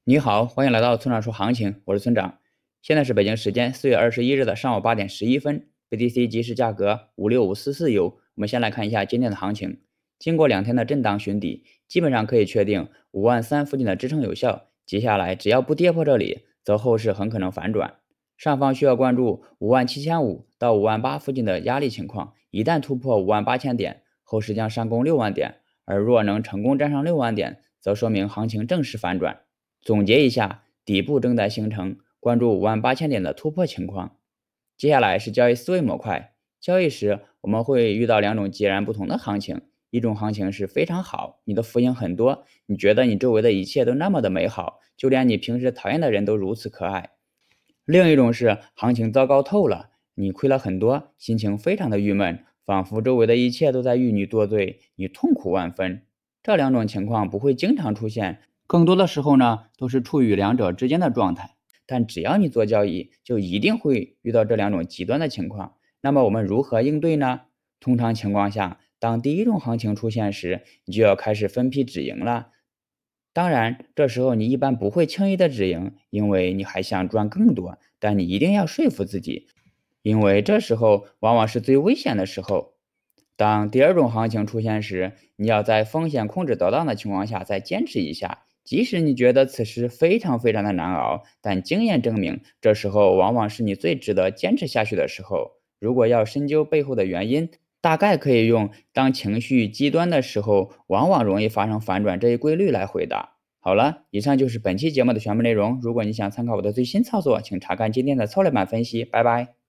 你好，欢迎来到村长说行情，我是村长。现在是北京时间4月21日的上午8点11分，BTC 即时价格56544油。我们先来看一下今天的行情。经过2天的震荡寻底，基本上可以确定53000附近的支撑有效。接下来只要不跌破这里，则后市很可能反转。上方需要关注57500到58000附近的压力情况，一旦突破58000点，后市将上攻6万点。而若能成功站上6万点，则说明行情正式反转。总结一下，底部正在形成，关注58000点的突破情况。接下来是交易思维模块。交易时，我们会遇到两种截然不同的行情。一种行情是非常好，你的浮盈很多，你觉得你周围的一切都那么的美好，就连你平时讨厌的人都如此可爱。另一种是行情糟糕透了，你亏了很多，心情非常的郁闷，仿佛周围的一切都在与你作对，你痛苦万分。这两种情况不会经常出现，更多的时候呢，都是处于两者之间的状态。但只要你做交易，就一定会遇到这两种极端的情况。那么我们如何应对呢？通常情况下，当第一种行情出现时，你就要开始分批止盈了。当然，这时候你一般不会轻易的止盈，因为你还想赚更多。但你一定要说服自己，因为这时候往往是最危险的时候。当第二种行情出现时，你要在风险控制得当的情况下再坚持一下，即使你觉得此时非常的难熬，但经验证明，这时候往往是你最值得坚持下去的时候。如果要深究背后的原因，大概可以用当情绪极端的时候，往往容易发生反转这一规律来回答。好了，以上就是本期节目的全部内容。如果你想参考我的最新操作，请查看今天的策略版分析。拜拜。